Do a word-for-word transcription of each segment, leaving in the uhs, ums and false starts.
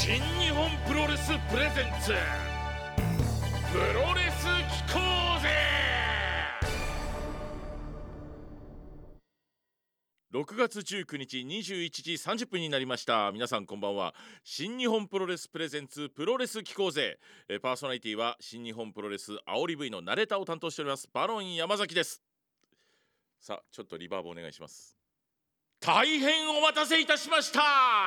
新日本プロレスプレゼンツプロレス機構ぜ。ろくがつじゅうくにちにじゅういちじさんじゅっぷんになりました。皆さんこんばんは。新日本プロレスプレゼンツプロレス機構ぜ。パーソナリティは新日本プロレス煽り V のナレーターを担当しておりますバロン山崎です。さあちょっとリバーブお願いします。大変お待たせいたしました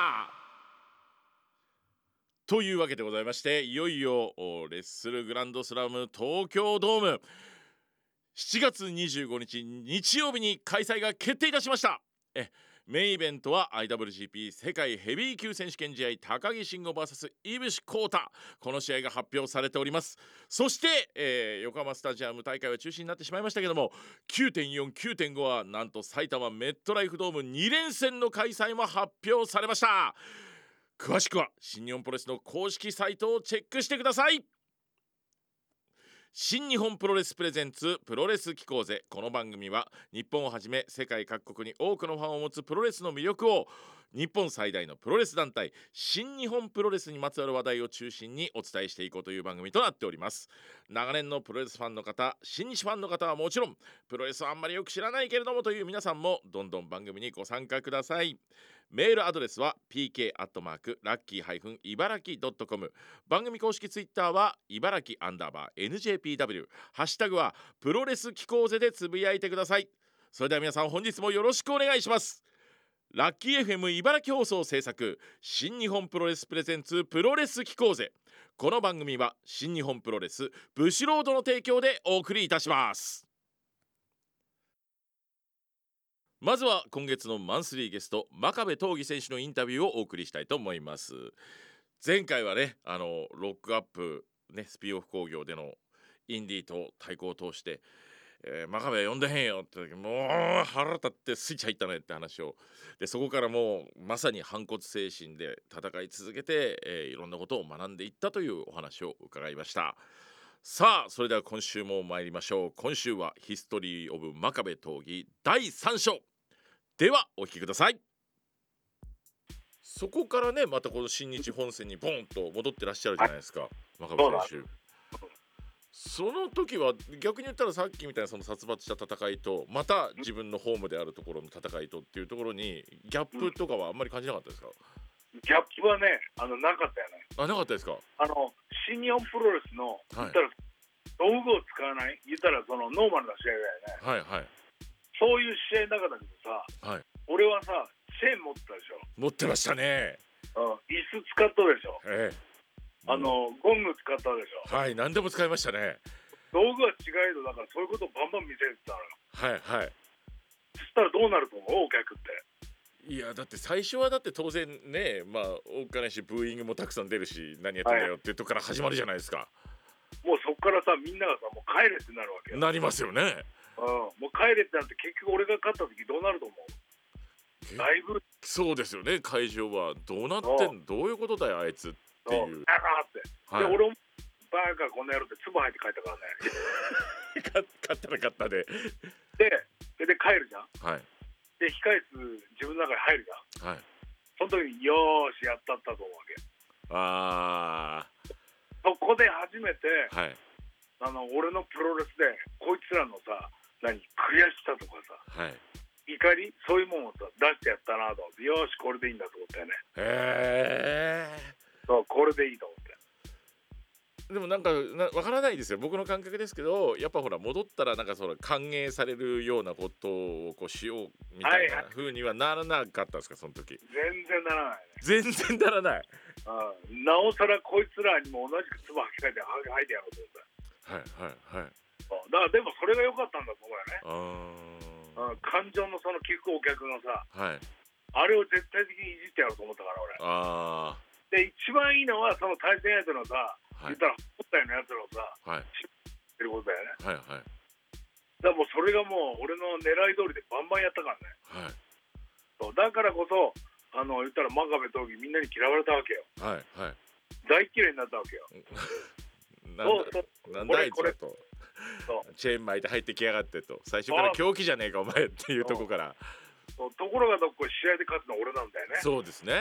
というわけでございまして、いよいよレッスルグランドスラム東京ドームしちがつにじゅうごにち日曜日に開催が決定いたしました。えメインイベントは アイダブリュージーピー 世界ヘビー級選手権試合高木慎吾 ブイエス 井伏浩太、この試合が発表されております。そして、えー、横浜スタジアム大会は中止になってしまいましたけども きゅうてんよん、きゅうてんご はなんと埼玉メットライフドームに連戦の開催も発表されました。詳しくは新日本プロレスの公式サイトをチェックしてください。新日本プロレスプレゼンツプロレス機構ぜ。この番組は日本をはじめ世界各国に多くのファンを持つプロレスの魅力を日本最大のプロレス団体新日本プロレスにまつわる話題を中心にお伝えしていこうという番組となっております。長年のプロレスファンの方、新日ファンの方はもちろん、プロレスをあんまりよく知らないけれどもという皆さんもどんどん番組にご参加ください。メールアドレスは ピーケー アットマーク ラッキー 茨城 ドットコム、 番組公式ツイッターは茨城アンダーバー エヌジェーピーダブリュー、 ハッシュタグはプロレス機構ぜでつぶやいてください。それでは皆さん本日もよろしくお願いします。ラッキー エフエム 茨城放送制作新日本プロレスプレゼンツプロレス機構ぜ。この番組は新日本プロレスブシロードの提供でお送りいたします。まずは今月のマンスリーゲスト真壁刀義選手のインタビューをお送りしたいと思います。前回はね、あのロックアップ、ね、スピンオフ工業でのインディーと対抗を通して、えー、真壁は呼んでへんよって時、もう腹立ってスイッチ入ったねって話をで、そこからもうまさに反骨精神で戦い続けて、えー、いろんなことを学んでいったというお話を伺いました。さあそれでは今週も参りましょう。今週はヒストリーオブ真壁刀義だいさん章ではお聞きください。そこからねまたこの新日本戦にボンと戻ってらっしゃるじゃないですか、真壁選手。その時は逆に言ったらさっきみたいなその殺伐した戦いとまた自分のホームであるところの戦いとっていうところにギャップとかはあんまり感じなかったですか？ ギャップはね、あのなかったよね。 あ、なかったですか？あの新日本プロレスの、言ったら道具を使わない、言ったらそのノーマルな試合だよね。はいはい。そういう試合の中だけどさ、はい、俺はさチェーン持ってたでしょ。 持ってましたね。 うん、椅子使ったでしょ。ええ、あのゴング使ったでしょ。 はい、何でも使いましたね。 道具は違えどだからそういうことをバンバン見せてたのよ。はいはい。そしたらどうなると思う？お客って。 いやだって最初はだって当然ね、まあおっかないしブーイングもたくさん出るし何やってんだよっていうとこから始まるじゃないですか。 もうそこからさみんながさもう帰れってなるわけよ。 なりますよね。 うん、もう帰れってなって結局俺が勝った時どうなると思う？だいぶそうですよね。会場はどうなってんの、どういうことだよあいつっていう。 あーって、はい、で俺もバカこんな野郎って唾吐いて帰ったからね。 勝ったら勝ったででそれで帰るじゃん。はい。で控え室自分の中に入るじゃん。はい。その時によーしやったったと思うわけ。ああ。そこで初めて、はい、あの俺のプロレスでこいつらのさ何悔しさとかさ、はい、怒りそういうものをさ出してやったなと思って、よしこれでいいんだと思ったよね。へえ。そうこれでいいと思って。 でもなんかな分からないですよ、僕の感覚ですけど、やっぱほら戻ったらなんかその歓迎されるようなことをこうしようみたいな風にはならなかったんですか、その時。 全然ならない、ね、 全然ならない。 ああなおさらこいつらにも同じく唾吐きかえて吐いてやろうと思った。はいはいはい。だからでもそれが良かったんだと思うよね。ああ感情のその聞くお客のさ、はい、あれを絶対的にいじってやろうと思ったから俺。あで一番いいのはその対戦相手のさ、はい、言ったら本体のやつらをさ、はい、知ってることだよね。はいはい。だからもうそれがもう俺の狙い通りでバンバンやったからね。はい。そうだからこそあの言ったら真壁刀義みんなに嫌われたわけよ。はいはい。大嫌いになったわけよ。 なんだなんだあいつらと。チェーン巻いて入ってきやがってと、最初から狂気じゃねえかお前っていうとこから。 そうところがどっこい試合で勝つのは俺なんだよね。 そうですね。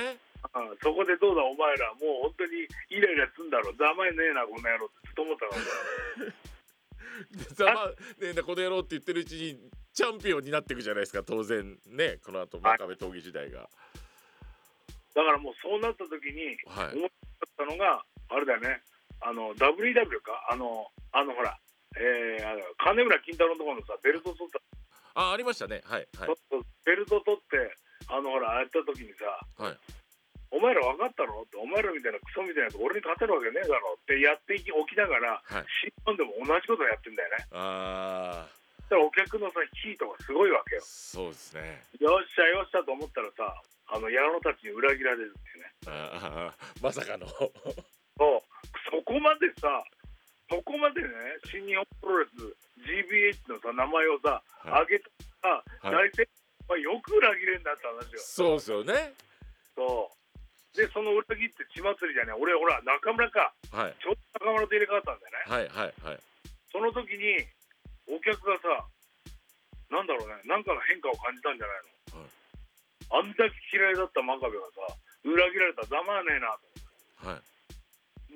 そこでどうだお前らもう本当にイライラすんだろざまえねえなこの野郎ってずっと思ったのざまねえなこの野郎って言ってるうちにチャンピオンになっていくじゃないですか当然ねこの後真壁闘技時代が。 だからもうそうなった時に思ったのが、はい、あれだよねあの ダブリューダブリュー かあのあのほら、えー、あの金村金太郎のところのさベルト取ったあありましたねはいはいベルト取ってあのほらやった時にさ、はい、お前ら分かったろってお前らみたいなクソみたいなやつ俺に勝てるわけねえだろってやっておきながら、はい、新日本でも同じことやってんだよね。あだからお客のさヒートがすごいわけよ。 そうですね。 よっしゃよっしゃと思ったらさあの矢野たちに裏切られるっていうね。 あまさかのそうそこまでさそこまでね新日本プロレス ジービーエイチ のさ名前をさ、はい、上げたさ、はい、大体、まあ、よく裏切れんだって話よ。 そうですよね。 そうでその裏切って血祭りじゃね俺ほら中村か、はい、ちょっと中村と入れ替わったんだよね。はいはいはい。その時にお客がさなんだろうねなんかの変化を感じたんじゃないの、はい、あんだけ嫌いだった真壁がさ裏切られたらざまあねえなと思って、はい、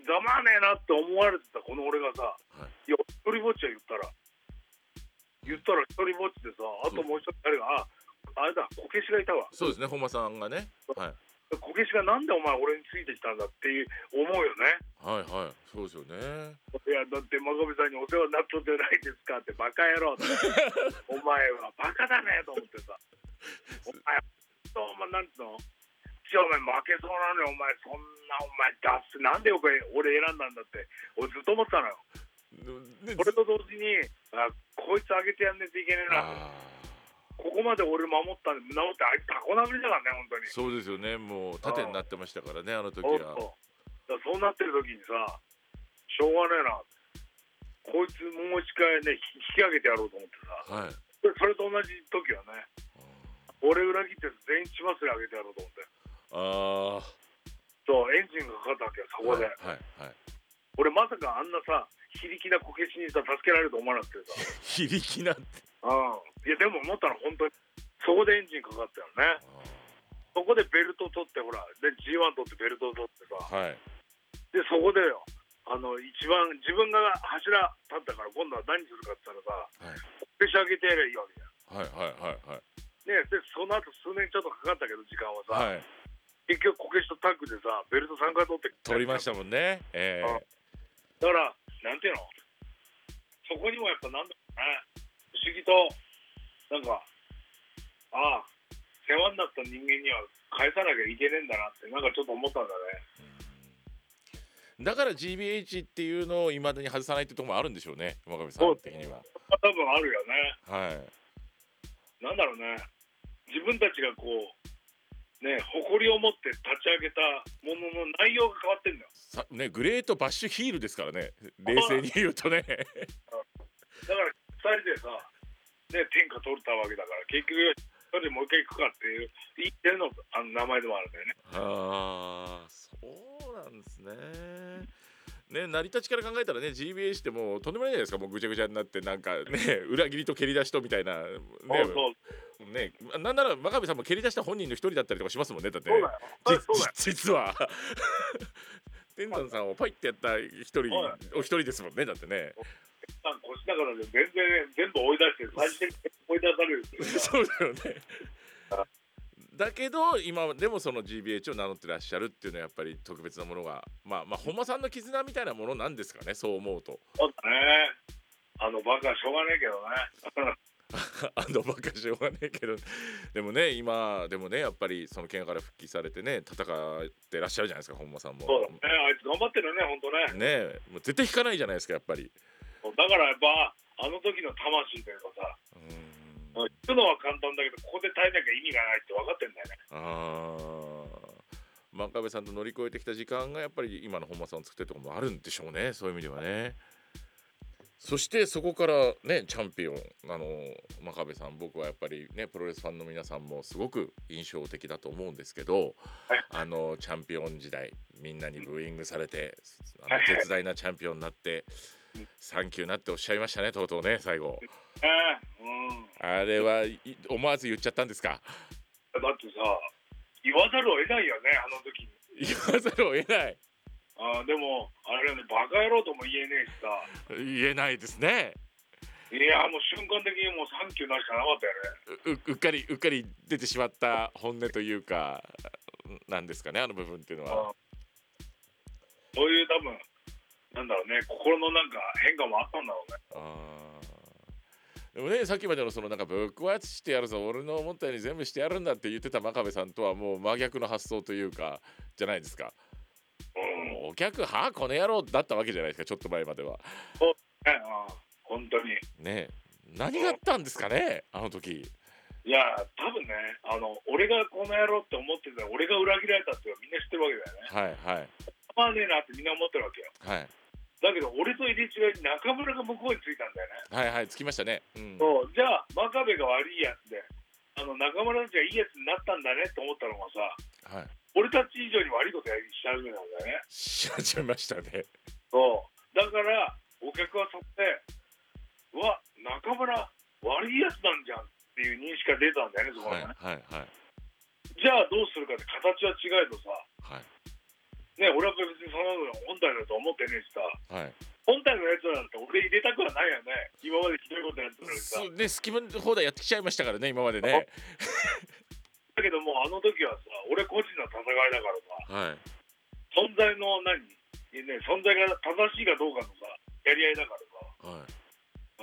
ざまあねえなって思われてたこの俺がさ、はい、いや一人ぼっちは言ったら言ったら一人ぼっちでさあともう一人誰がああれだこけしがいたわ。 そうですね本間さんがね、はい、 こけしがなんでお前俺についてきたんだっていう思うよね。 はいはいそうですよね。 いやだって真壁さんにお世話になったんじゃないですかってバカ野郎ってお前はバカだねと思ってさお前お前なんつうのお前負けそうなのよお前そんなお前出すなんでよ俺選んだんだって俺ずっと思ってたのよ。これと同時にあこいつ上げてやんねえといけねえなここまで俺守ったんで守ってあいつタコ殴りだからね本当に。 そうですよねもう盾になってましたからねあの時は。 そうそうそうなってる時にさしょうがねえなこいつもう一回ね引き上げてやろうと思ってさ、はい、それと同じ時はね俺裏切って全員血祭り上げてやろうと思ってああそうエンジンがかかったわけよそこで、はいはいはい、俺まさかあんなさ非力なこけしにさ助けられると思わなくてさ非力なってうんいやでも思ったら本当にそこでエンジンかかったよね。そこでベルト取ってほらで ジーワン 取ってベルト取ってさ、はい、でそこでよあの一番自分が柱立ったから今度は何するかって言ったらさ、はい、こけし上げてやればいいわけじゃん。はいはいはいはいねでその後数年ちょっとかかったけど時間はさ、はい、結局こけしとタッグでさベルトさんかい取って取りましたもんね、えー、 だからなんていうのそこにもやっぱなんだろうね不思議となんかああ世話になった人間には返さなきゃいけねえんだなってなんかちょっと思ったんだね。だから ジービーエイチ っていうのをいまだに外さないってところもあるんでしょうね真壁さん的には。 多分あるよね。はいなんだろうね自分たちがこうね誇りを持って立ち上げたものの内容が変わってんだよさ、ね、グレートバッシュヒールですからね冷静に言うとねだからふたりでさ、ね、天下取ったわけだから結局それでもう一回行くかっていう言ってるのあの名前でもあるんだよね。 ああそうなんですね。ね成り立ちから考えたらね ジービーエイチ ってもうとんでもないじゃないですかもうぐちゃぐちゃになってなんかね裏切りと蹴り出しとみたいなねそうねなんなら真壁さんも蹴り出した本人の一人だったりとかしますもんねだって、ね、 そうだよ実は天山さんをパイってやった一人お一人ですもんねだってね。 腰だからね全然全部追い出して最終的に追い出されるそうだよねだけど今でもその ジービーエイチ を名乗ってらっしゃるっていうのはやっぱり特別なものがまあまあ本間さんの絆みたいなものなんですかねそう思うと。 そうだねあのバカはしょうがねえけどねあのバカしょうがねえけどでもね今でもねやっぱりその怪我から復帰されてね戦ってらっしゃるじゃないですか本間さんも。 そうだねあいつ頑張ってるね本当ね。 ねえもう絶対引かないじゃないですかやっぱり。 だからやっぱあの時の魂というかさうん行くのは簡単だけどここで耐えなきゃ意味がないって分かってんだよね。ああ真壁さんと乗り越えてきた時間がやっぱり今の本間さんを作ってるところもあるんでしょうねそういう意味ではね。そしてそこからねチャンピオンあの真壁さん僕はやっぱりねプロレスファンの皆さんもすごく印象的だと思うんですけど、はい、あのチャンピオン時代みんなにブーイングされてあの絶大なチャンピオンになってサンキューなっておっしゃいましたねとうとうね最後、 えーうん、 あれは思わず言っちゃったんですか。 だってさ言わざるを得ないよね、あの時に。 言わざるを得ない。 あでもあれね、バカ野郎とも言えねえしさ。 言えないですね。 いやもう瞬間的にもうサンキューなしかなかったよね。 う, う, うっかりうっかり出てしまった本音というかなんですかね、あの部分っていうのは。 そういう多分なんだろうね、心のなんか変化もあったんだろうね。 あでもね、さっきまでのそのなんかぶっ壊してやるぞ、俺の思ったように全部してやるんだって言ってた真壁さんとはもう真逆の発想というかじゃないですか。うん、お客はあこの野郎だったわけじゃないですか、ちょっと前までは。 そうね、うん、本当にね。何があったんですかね、あの時。 いや多分ね、あの俺がこの野郎って思ってた、俺が裏切られたってみんな知ってるわけだよね。 はいはい。 たまねえなってみんな思ってるわけよ。 はい。 だけど俺と入れ違いに中村が向こうについたんだよね。 はいはい、つきましたね。うん、 そうじゃあ真壁が悪いやつで、あの中村たちがいいやつになったんだねって思ったのがさ、はい、俺たち以上に悪いことやりし始めたんだよね。 し始めましたね。 そうだからお客はそこでうわ中村悪いやつなんじゃんっていう認識が出たんだよね、そこでね。はいはいはい。じゃあどうするかって形は違えどさ、はいね、俺は別にその本体だと思ってねえしさ、はい、本体のやつなんて俺入れたくはないよね。今までひどいことやってるのにさ。 ね、好き放題やってきちゃいましたからね、今までね。 だけどもうあの時はさ、俺個人の戦いだからさ、はい、存在の何、ね、存在が正しいかどうかのさ、やり合いだからさ、はい、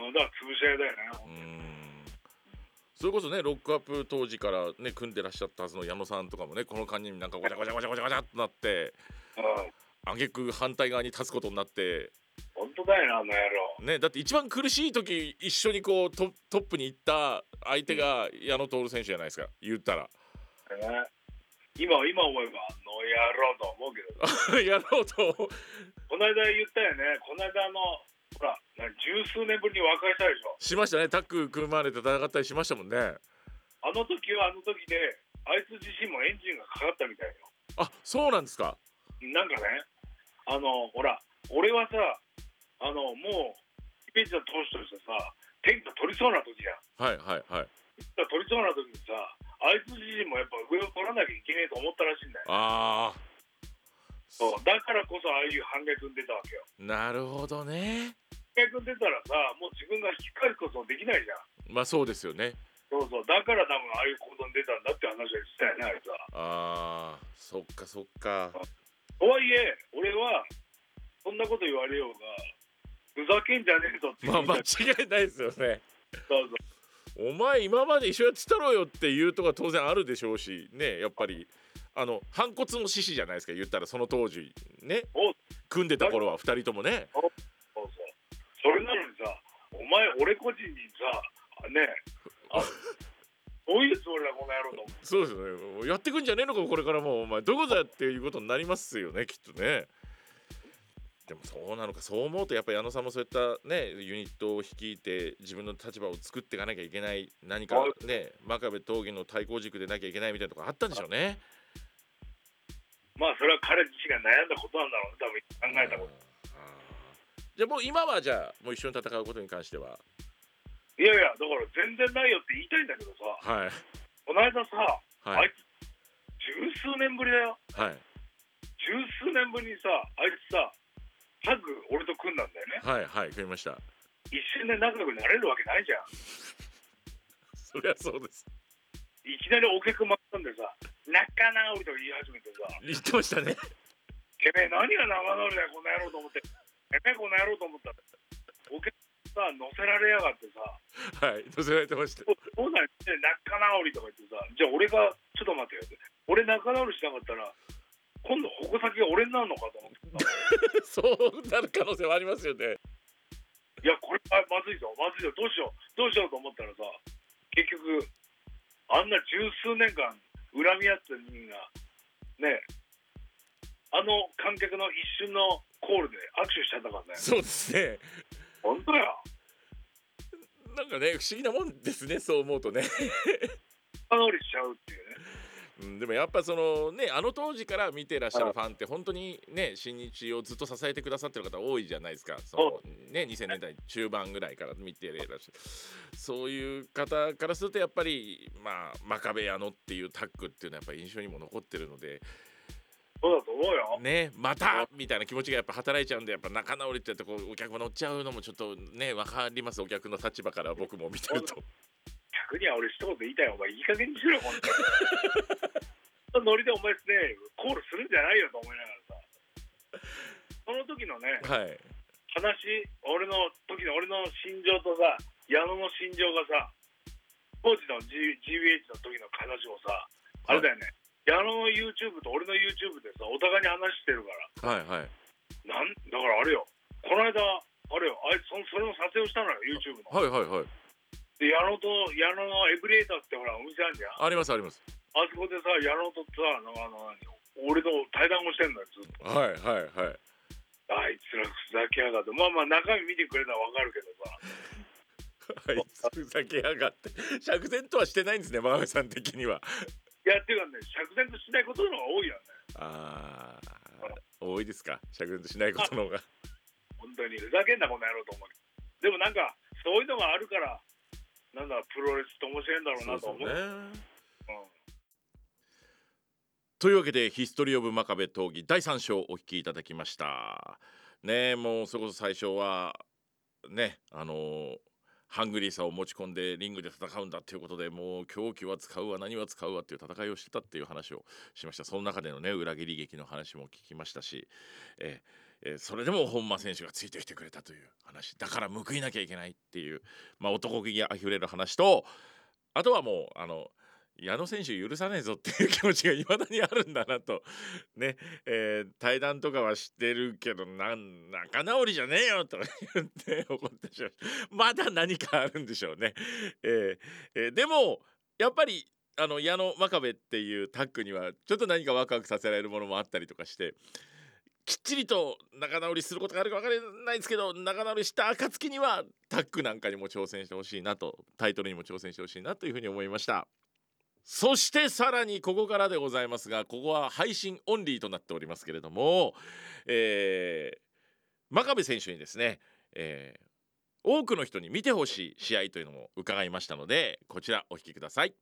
だから潰し合いだよね。うんそれこそね、ロックアップ当時からね組んでらっしゃったはずの矢野さんとかもね、この間になんかごちゃごちゃごちゃごちゃごちゃってなって、あげく反対側に立つことになって。 本当だよな、あの野郎ね。だって一番苦しい時一緒にこう ト, トップに行った相手が矢野徹選手じゃないですか、言ったら、ね、 今今思えばあの野郎と思うけどやろうとこの間言ったよね。この間あのほら十数年ぶりに和解したでしょ。 しましたね。タッグ組まれて戦ったりしましたもんね。 あの時はあの時であいつ自身もエンジンがかかったみたいよ。 あ、そうなんですか。 なんかね、あのほら俺はさ、あのもうイメージの投手としてさ、天下取りそうな時じゃん。はいはいはい。天下取りそうな時にさ、あいつ自身もやっぱ上を取らなきゃいけねえと思ったらしいんだよ。ああ。そうだからこそああいう反逆に出たわけよ。 なるほどね。 反逆出たらさ、もう自分が引き返すこともできないじゃん。 まあそうですよね。 そうそう、だから多分ああいう行動に出たんだって話はしたよね、あいつは。 ああ、そっかそっか。 とはいえ俺はそんなこと言われようがふざけんじゃねえぞってまあ間違いないですよね。 そうそう。お前今まで一緒やってたろよっていうとこは当然あるでしょうしね。やっぱりあの反骨の獅子じゃないですか、言ったらその当時ね組んでた頃はふたりともね。 そうそう。それなのにさ、お前俺個人にさねあどういうつもりだこの野郎と。 そうですよね。やってくんじゃねえのかこれからもうお前どこだっていうことになりますよね、きっとね。でもそうなのか。そう思うとやっぱり矢野さんもそういったねユニットを率いて自分の立場を作っていかなきゃいけない、何かね真壁闘技の対抗軸でなきゃいけないみたいなところあったんでしょうね。 まあそれは彼自身が悩んだことなんだろうね、多分考えたこと。 じゃあもう今はじゃあもう一緒に戦うことに関しては。 いやいやだから全然ないよって言いたいんだけどさ、はい、この間さ、はい、あいつ十数年ぶりだよ。はい。十数年ぶりにさ、あいつさタッグ俺と組んだんだよね。 はいはい、組みました。 一瞬で仲良くなれるわけないじゃん。 そりゃそうです。 いきなりお客巻き込んでさ、仲直りとか言い始めてさ、 言ってましたね。 てめえ何が仲直りだよこの野郎と思って、てめえこの野郎と思ったらお客さ乗せられやがってさ、 はい、乗せられてました。 そうだよ、仲直りとか言ってさ、じゃあ俺がちょっと待ってよって、俺仲直りしなかったら今度矛先が俺になるのかと思ってさそうなる可能性はありますよね。 いやこれはまずいぞまずいぞ、どうしようどうしようと思ったらさ、結局あんな十数年間恨み合ってた人間がね、あの観客の一瞬のコールで握手しちゃったからね。 そうですね。 本当や。 なんかね不思議なもんですね、そう思うとね。 仲直りしちゃうっていうね。 うん、でもやっぱそのねあの当時から見てらっしゃるファンって本当にね新日をずっと支えてくださってる方多いじゃないですか。そのねにせんねんだい中盤ぐらいから見てらっしゃるそういう方からするとやっぱりまあ真壁矢野っていうタッグっていうのはやっぱり印象にも残ってるので。 そうだと思うよ。 ね、またみたいな気持ちがやっぱ働いちゃうんでやっぱ仲直りってやってこうお客も乗っちゃうのもちょっとね分かります。お客の立場から僕も見てると逆には俺一言言いたい。お前いい加減にしろよ本当にノリでお前ですねコールするんじゃないよと思いながらさその時のね、 はい、 話俺の時の俺の心情とさ矢野の心情がさ当時の G- ジービーエイチ の時の話もさ、はい、あれだよね矢野の YouTube と俺の YouTube でさお互いに話してるからはいはいなんだからあれよこの間あれよあいつ そ, それの撮影をしたのよ YouTube のはいはいはいで矢野と矢野のエブリエイターってほらお店あるじゃん。 ありますあります。 あそこでさ矢野とさあの俺と対談をしてんのよずっと。 はいはいはい。 あいつらふざけやがってまあまあ中身見てくれたらわかるけどさあいつふざけやがって釈然とはしてないんですね真壁さん的には。 いやっていうかね釈然としないことの方が多いよね。 ああ多いですか釈然としないことの方が。 本当にふざけんなこの野郎と思う。でもなんかそういうのがあるからなんだプロレスって面白いんだろうなと思う。そうそうね、うん、 というわけでヒストリー・オブ・真壁闘技だいさん章お聞きいただきましたね。もうそれこそ最初はねあのー、ハングリーさを持ち込んでリングで戦うんだということでもう狂気は使うわ何は使うわっていう戦いをしてたっていう話をしました。その中でのね裏切り劇の話も聞きましたし、えーえー、それでも本間選手がついてきてくれたという話だから報いなきゃいけないっていう、まあ、男気あふれる話とあとはもうあの矢野選手許さねえぞっていう気持ちがいまだにあるんだなとね、えー、対談とかはしてるけどなん仲直りじゃねえよと言って怒ってしまう。まだ何かあるんでしょうね、えーえー、でもやっぱりあの矢野真壁っていうタッグにはちょっと何かワクワクさせられるものもあったりとかしてきっちりと仲直りすることがあるか分からないですけど仲直りした暁にはタッグなんかにも挑戦してほしいなとタイトルにも挑戦してほしいなというふうに思いました。そしてさらにここからでございますがここは配信オンリーとなっておりますけれども、えー、真壁選手にですね、えー、多くの人に見てほしい試合というのも伺いましたのでこちらお聞きください。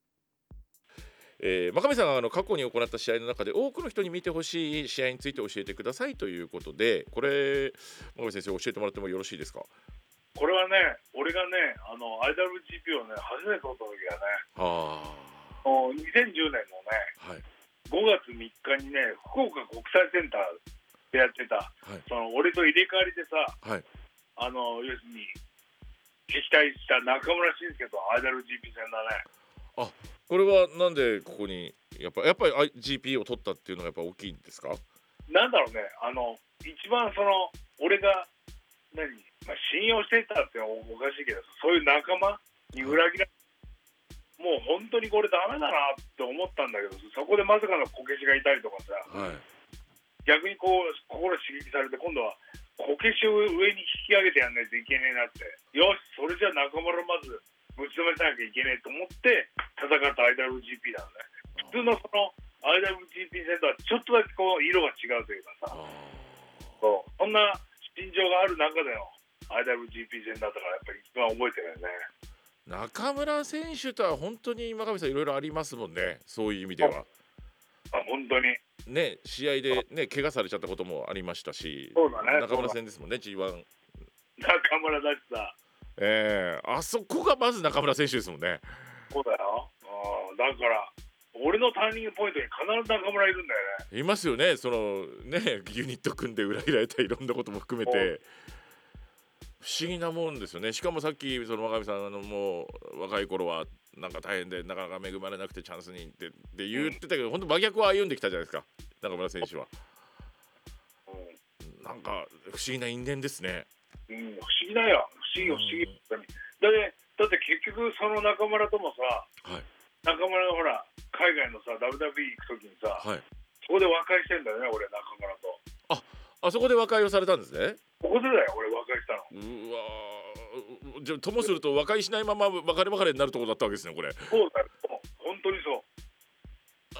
えー、真壁さんがあの過去に行った試合の中で多くの人に見てほしい試合について教えてくださいということでこれ真壁先生教えてもらってもよろしいですか。 これはね俺がねあの アイダブリュージーピー をね初めて取った時はねあにせんじゅうねんのね、はい、ごがつみっかにね福岡国際センターでやってた、はい、その俺と入れ替わりでさ、はい、あの要するに撃退した中村慎介と アイダブリュージーピー 戦だね。 あこれはなんでここにやっぱやっぱり ジーピー を取ったっていうのがやっぱ大きいんですか。 なんだろうねあの一番その俺が何、まあ、信用してたってのはおかしいけどそういう仲間に裏切られもう本当にこれダメだなって思ったんだけどそこでまさかのこけしがいたりとかさ、はい、逆にこう心刺激されて今度はこけしを上に引き上げてやんないといけねえなってよしそれじゃ中村まずぶち止めなきゃいけねえと思って戦った アイダブリュージーピー なのね。普通のその アイダブリュージーピー 戦とはちょっとだけこう色が違うというかさそう、そんな心情がある中での アイダブリュージーピー 戦だったからやっぱり一番覚えてるよね。 中村選手とは本当に真壁さんいろいろありますもんねそういう意味では。 あ本当にね試合でね怪我されちゃったこともありましたしそうだね中村戦ですもんね ジーワン中村だしさえー、あそこがまず中村選手ですもんね。 そうだよあだから俺のターニングポイントに必ず中村いるんだよね。 いますよねそのねユニット組んで裏切られたいろんなことも含めて不思議なもんですよね。しかもさっきその真壁さんのもう若い頃はなんか大変でなかなか恵まれなくてチャンスにってって言ってたけど、うん、本当真逆を歩んできたじゃないですか中村選手は、うん、なんか不思議な因縁ですね。 うん、不思議だよ不思議不思議、うん、だってだって結局その中村ともさ、はい、中村がほら海外のさ ダブリューダブリュー 行く時にさ、はい、そこで和解してんだよね俺中村と。 ああそこで和解をされたんですね。 ここでだよ俺和解したの。 うわじゃあともすると和解しないまま別れ別れになるところだったわけですねこれ。 そうだよ本当にそう。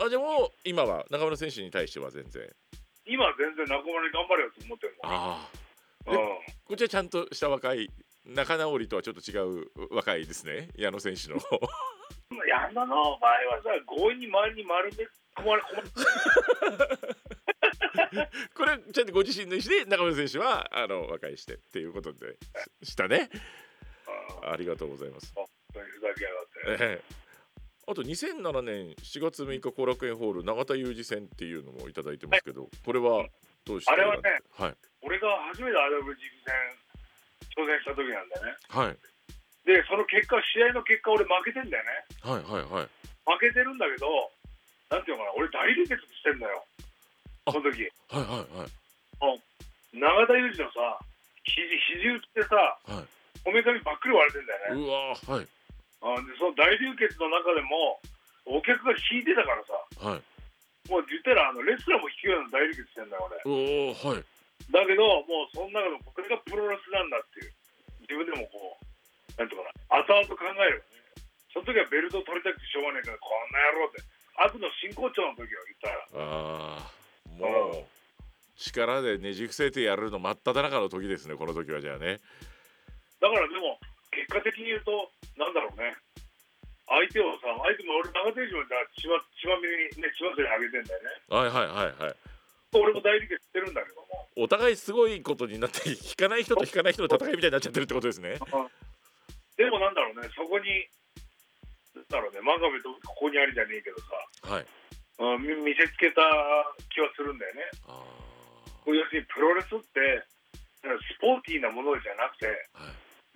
あでも今は中村選手に対しては全然今は全然中村に頑張れよと思ってるもん。 ああ、 うん、 こっちはちゃんとした若い仲直りとはちょっと違う若いですね、矢野選手の矢野の場合はさ、強引に周りに丸め込まれ込まれこれちゃんとご自身の意思で中村選手はあの和解してっていうことでしたね。あ, ありがとうございます。 ふざけやがって、 ええあとにせんななねんしがつむいか後楽園ホール永田裕二戦っていうのもいただいてますけど、はい、これはどうして？ あれはね、 はい、俺が初めて アイダブリュージーピー 戦挑戦した時なんだよね。 はい。 でその結果、試合の結果俺負けてんだよね。 はいはいはい。 負けてるんだけど、なんていうのかな、俺大流血してんだよ。その時。 はいはいはい。 永田裕二のさ、肘肘打ちでさ、こめかみばっくり割れてんだよね。 うわはい。 あでその大流血の中でもお客が引いてたからさ、はい、もう言ったらあのレスラーも引くような大流血してんだよ俺。 おーはい。 だけどもうその中でもこれがプロレスなんだっていう自分でもこうなんていうかな後々考えるよね。その時はベルト取りたくてしょうがないからこんな野郎って悪の真骨頂の時は言ったらああもう力でねじ伏せてやるの真っ只中の時ですねこの時は。じゃあねだからでも結果的に言うとなんだろうね、相手をさ相手も俺長手以上に血ま血まみれにね血まみれにあげてんだよね。 はいはいはいはい。 俺も大理解してるんだけどもお互いすごいことになって引かない人と引かない人の戦いみたいになっちゃってるってことですね。 でもなんだろうね、そこになんだろうね、真壁とここにありじゃねえけどさ、はい、うん、見せつけた気はするんだよね。あ要するにプロレスってスポーティーなものじゃなくて、はい、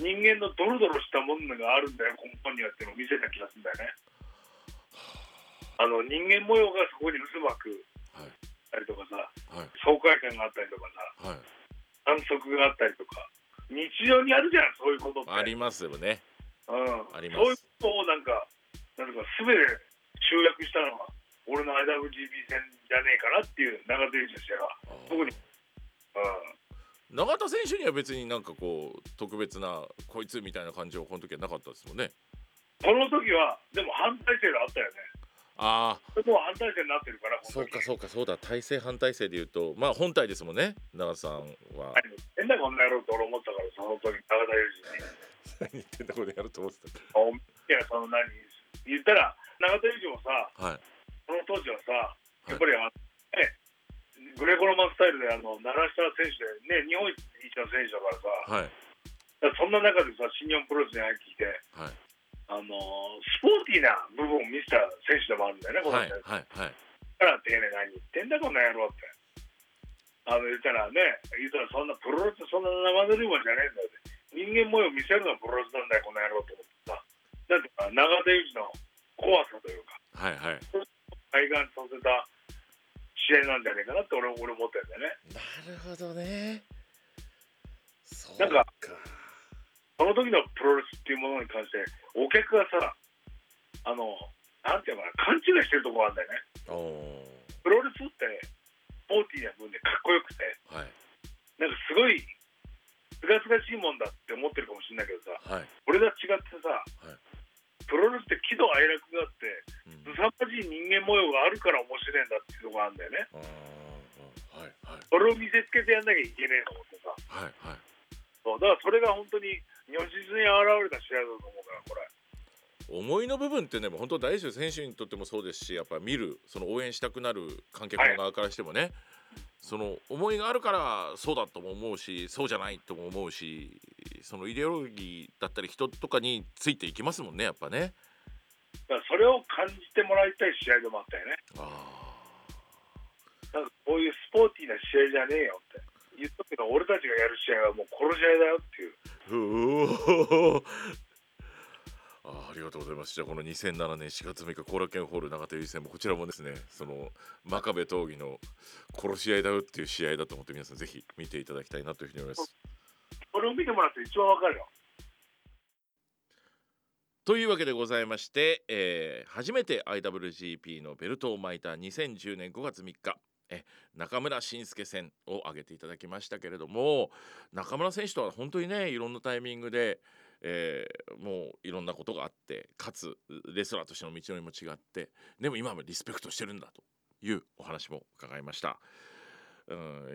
人間のドロドロしたものがあるんだよ根本にはっていうのを見せた気がするんだよね。あの人間模様がそこに渦巻く、はい、たりとかさ、はい、爽快感があったりとかさ、はい、反則があったりとか日常にあるじゃんそういうことって。 ありますよね。 うん、あります。そういうことをなんかなんか全て集約したのは俺の アイダブリュージーピー 戦じゃねえかなっていう長手選手は特に、 うん、永田選手には別になんかこう特別なこいつみたいな感じはこの時はなかったですもんね。 この時はでも反対性があったよね。ああ、もう反対性になってるから。 そうかそうかそうだ、体制反対性でいうとまあ本体ですもんね永田さんは。 変なこんなやろうと俺思ったからその時永田裕二に。 何言ってんだこれやると思ってた。 いやその何言ったら永田裕二もさ、はい、その当時はさやっぱりあの、ね、グレコロマンスタイルであの鳴らした選手でね日本一の選手だからさ、はい、だからそんな中でさ新日本プロレスに入ってきて、はい、あのスポーティーな部分を見せた選手でもあるんだよねこの選手、はいはいはい、だから丁寧何言ってんだこの野郎ってあの言ったらね言ったらそんなプロレスそんな生ぬるいもんじゃねえんだよって人間模様を見せるのがプロレスなんだよこの野郎と思ってさなんていうか長手打ちの怖さというか、はいはい、体感させた試合なんじゃないかなって俺俺思ってるんだよね。 なるほどね。 そうか。なんかその時のプロレスっていうものに関してお客がさあのなんていうのかな勘違いしてるところがあるんだよね。プロレスってスポーティーな部分でかっこよくて、はい、なんかすごいすがすがしいもんだって思ってるかもしれないけどさ、はい、俺が違ってさ、はい、プロレスって喜怒哀楽があってすさまじい人間模様があるから面白いんだっていうところがあるんだよね。はいはい、それを見せつけてやんなきゃいけねえと思ってさ、はいはい、そうだからそれが本当に如実に現れた試合だと思うからこれ。 思いの部分ってねもう本当大事です。選手にとってもそうですしやっぱ見るその応援したくなる観客の側からしてもね、はい、その思いがあるからそうだとも思うしそうじゃないとも思うしそのイデオロギーだったり人とかについていきますもんねやっぱね。 だからそれを感じてもらいたい試合でもあったよね。あなんかこういうスポーティーな試合じゃねえよって言ったけど俺たちがやる試合はもう殺し合いだよっていう。 うおあ, ありがとうございます。じゃあこのにせんななねんしがつむいか後楽園ホール永田裕二戦もこちらもですねその真壁闘技の殺し合いだよっていう試合だと思って皆さんぜひ見ていただきたいなというふうに思います。 これを見てもらって一番わかるよ。 というわけでございまして、えー、初めて アイダブリュージーピー のベルトを巻いたにせんじゅうねんごがつみっかえ中村慎介戦を挙げていただきましたけれども中村選手とは本当にねいろんなタイミングでえー、もういろんなことがあって、かつレスラーとしての道のりも違って、でも今もリスペクトしてるんだというお話も伺いました。うん、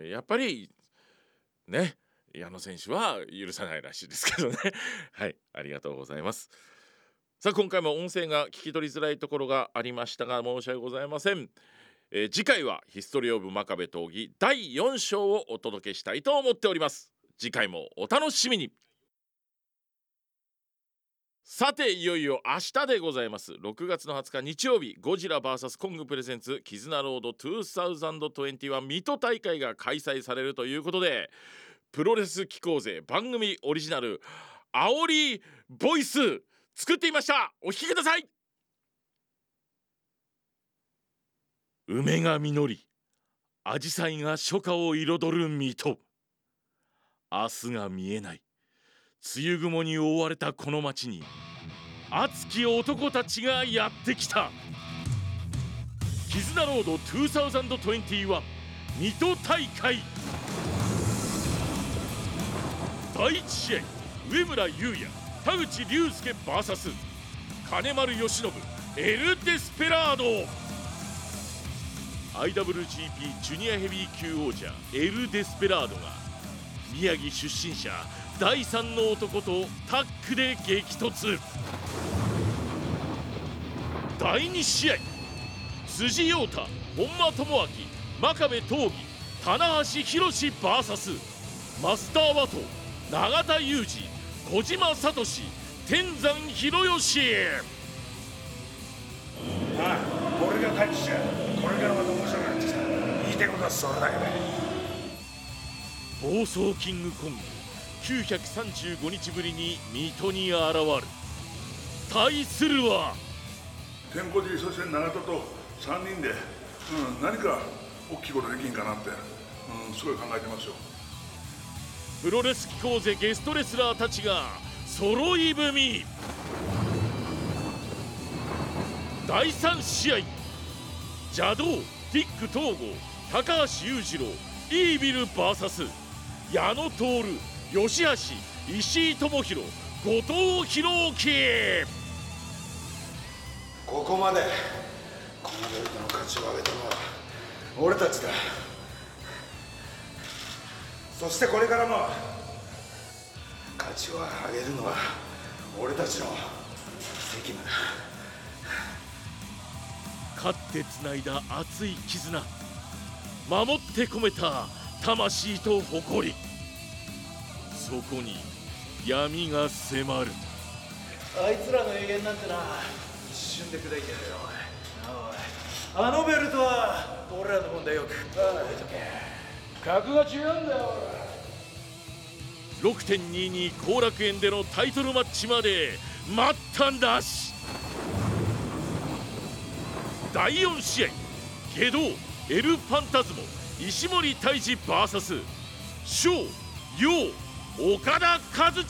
やっぱりね、矢野選手は許さないらしいですけどねはい、ありがとうございます。さあ今回も音声が聞き取りづらいところがありましたが申し訳ございません。えー、次回はヒストリーオブ真壁闘技だいよん章をお届けしたいと思っております。次回もお楽しみに。さていよいよ明日でございます。ろくがつのはつか日曜日、ゴジラ ブイエス コングプレゼンツ絆ロードにせんにじゅういち水戸大会が開催されるということで、プロレス機構勢番組オリジナル煽りボイス作ってみました。お聞きください。梅が実り、紫陽花が初夏を彩る水戸。明日が見えない、梅雨雲に覆われたこの町に熱き男たちがやってきた。絆ロードにせんにじゅういち水戸大会だいいち試合、上村優也田口竜介 ブイエス 金丸義信エル・デスペラード。 アイダブリュージーピー ジュニアヘビー級王者エル・デスペラードが宮城出身者だいさんの男とタッグで激突。だいに試合、辻陽太本間智明真壁闘技棚橋宏 ブイエス マスターワト永田裕二小島聡天山博義。 ああ、俺が勝ちじゃこれからまた面白くなってきた。言いたいことはそれだけだ。 暴走キングコングきゅうひゃくさんじゅうごにちぶりに水戸に現る。対するは天保寺、そして長田とさんにんで、うん、何か大きいことできんかなって、うん、すごい考えてますよ。 プロレス機構勢ゲストレスラーたちが揃い踏み。だいさん試合、邪道ティック東郷高橋裕次郎イービル ブイエス 矢野徹吉橋石井智弘後藤弘樹。 ここまでこのベルトの価値を上げたのは俺たちだ。そしてこれからも価値を上げるのは俺たちの責務だ。 勝ってつないだ熱い絆、守って込めた魂と誇り、そこに闇が迫る。 あいつらの予言なんてな一瞬で砕いてやるよ。おいあのベルトは俺らのもんだよ。格が違うんだよ。 ろくてんにに 後楽園でのタイトルマッチまで待ったなし。だいよん試合、下道エル・ファンタズモ石森泰治 ブイエス 翔陽岡田和親。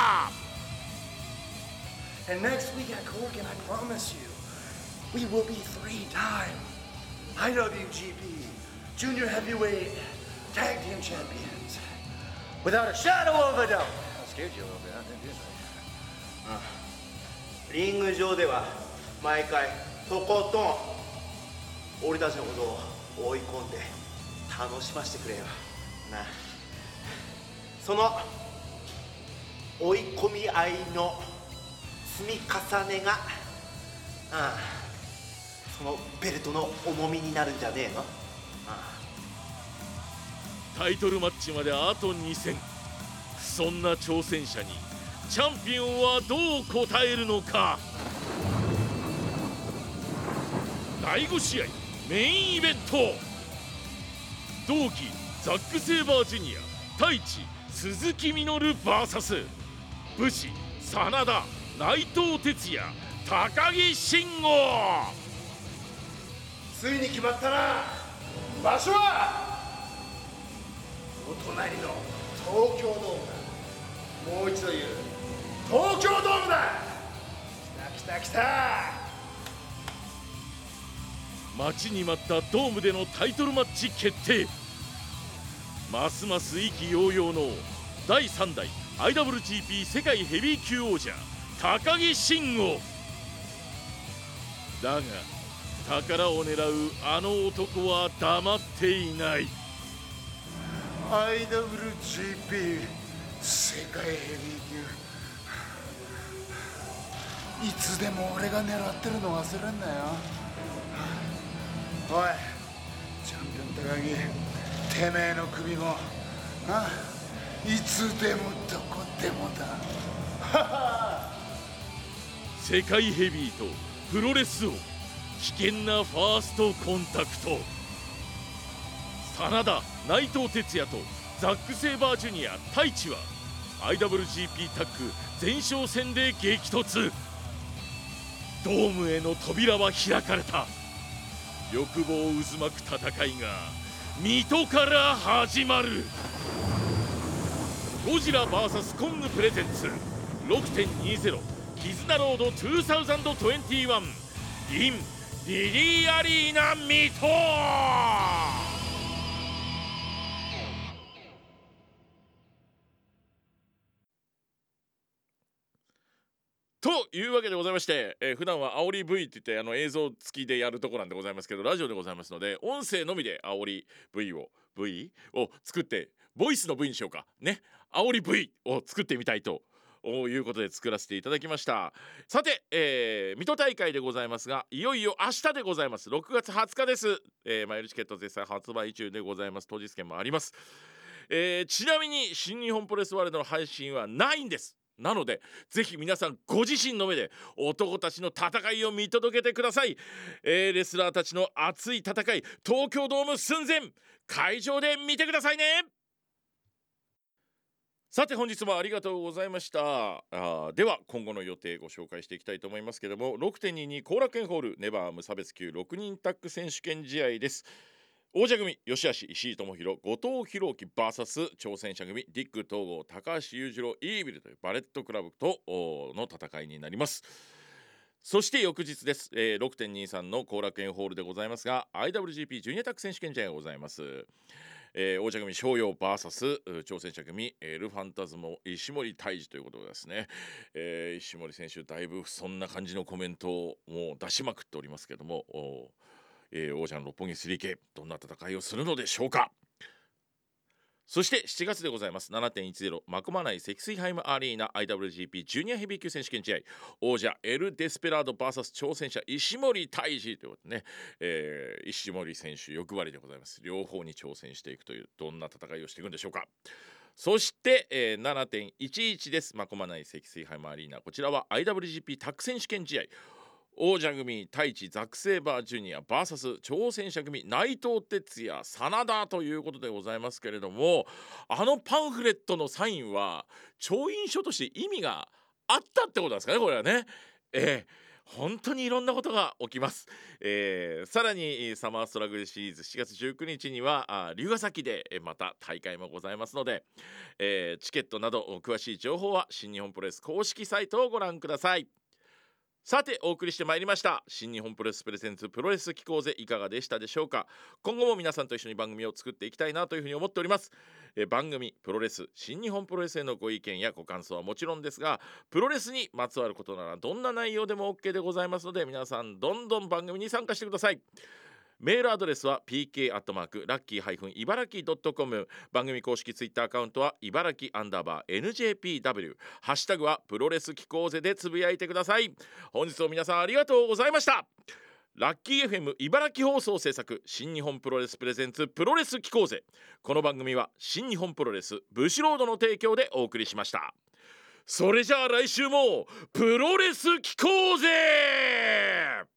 And next week at Corgan, I promise you, we will be three-timeアイダブリュージーピーJunior Heavyweight Tag Team Champions without a shadow of a doubt. I scared you a little bit, didn't I? リング上では毎回とことん俺たちのことを追い込んで楽しませてくれよな。その追い込み合いの積み重ねが、ああ、そのベルトの重みになるんじゃねえの。ああ、タイトルマッチまであとに戦。そんな挑戦者にチャンピオンはどう応えるのか。だいご試合、メインイベント。同期ザック・セイバージュニア太一鈴木みのる ブイエス 武士真田内藤哲也高木慎吾。 ついに決まったな。場所はお隣の東京ドームだ。もう一度言う、東京ドームだ。来た来た来た。 待ちに待ったドームでのタイトルマッチ決定。ますます意気揚々のだいさん代アイダブリュージーピー 世界ヘビー級王者高木慎吾。だが宝を狙うあの男は黙っていない。 アイダブリュージーピー 世界ヘビー級、いつでも俺が狙ってるの忘れんなよ。おいチャンピオン高木、てめえの首もあいつでもどこでもだ。 世界ヘビーとプロレス王、危険なファーストコンタクト。真田、内藤哲也とザック・セイバージュニア、太一は アイダブリュージーピー タッグ前哨戦で激突。ドームへの扉は開かれた。欲望渦巻く戦いが水戸から始まる。ゴジラ ブイエス コングプレゼンツ ろくてんにじゅう 絆ロードにせんにじゅういち in リリーアリーナ水戸。というわけでございまして、えー、普段は煽り V って言ってあの映像付きでやるとこなんでございますけど、ラジオでございますので音声のみで煽り V を V を作って、ボイスの V にしようかね、煽り V を作ってみたいということで作らせていただきました。さて、えー、水戸大会でございますが、いよいよ明日でございます。ろくがつはつかです。えー、マイルチケット絶賛発売中でございます。当日券もあります。えー、ちなみに新日本プロレスワールドの配信はないんです。なのでぜひ皆さんご自身の目で男たちの戦いを見届けてください。えー、レスラーたちの熱い戦い、東京ドーム寸前、会場で見てくださいね。さて本日もありがとうございました。あでは今後の予定ご紹介していきたいと思いますけども、 ろくてんにじゅうに 後楽園ホールネバー無差別級ろくにんタッグ選手権試合です。王者組吉橋石井智弘、後藤弘樹 ブイエス 挑戦者組ディック東郷高橋裕次郎イービルというバレットクラブとの戦いになります。そして翌日です、えー、ろくてんにじゅうさん の後楽園ホールでございますが アイダブリュージーピー ジュニアタッグ選手権試合がございます。えー、王者組翔陽 ブイエス 挑戦者組エルファンタズモ石森泰治ということですね。えー、石森選手だいぶそんな感じのコメントをもう出しまくっておりますけども、えー、王者の六本木 スリーケー どんな戦いをするのでしょうか。そしてしちがつでございます。 ななてんいちゼロ マコマ内積水ハイムアリーナ アイダブリュージーピー ジュニアヘビー級選手権試合、王者エル・デスペラード ブイエス 挑戦者石森泰治ということでね、えー、石森選手欲張りでございます。両方に挑戦していくという、どんな戦いをしていくんでしょうか。そして、えー、ななてんいちいち です。マコマ内積水ハイムアリーナ、こちらは アイダブリュージーピー タッグ選手権試合、王者組太一ザック・セイバージュニア ブイエス 挑戦者組内藤哲也真田ということでございますけれども、あのパンフレットのサインは調印書として意味があったってことなんですかね、これはね。えー、本当にいろんなことが起きます。えー、さらにサマーストラグルシリーズしちがつじゅうくにちには龍ヶ崎でまた大会もございますので、えー、チケットなど詳しい情報は新日本プロレス公式サイトをご覧ください。さてお送りしてまいりました新日本プロレスプレゼンツプロレス機構ぜ、いかがでしたでしょうか。今後も皆さんと一緒に番組を作っていきたいなというふうに思っております。え番組プロレス新日本プロレスへのご意見やご感想はもちろんですが、プロレスにまつわることならどんな内容でも OK でございますので、皆さんどんどん番組に参加してください。メールアドレスは ピーケー アットマーク ラッキー 茨城 ドットコム、 番組公式ツイッターアカウントは茨城アンダーバー エヌジェーピーダブリュー、 ハッシュタグはプロレス機構ぜでつぶやいてください。本日も皆さんありがとうございました。ラッキー エフエム 茨城放送制作新日本プロレスプレゼンツプロレス機構ぜ、この番組は新日本プロレスブシロードの提供でお送りしました。それじゃあ来週もプロレス機構ぜ。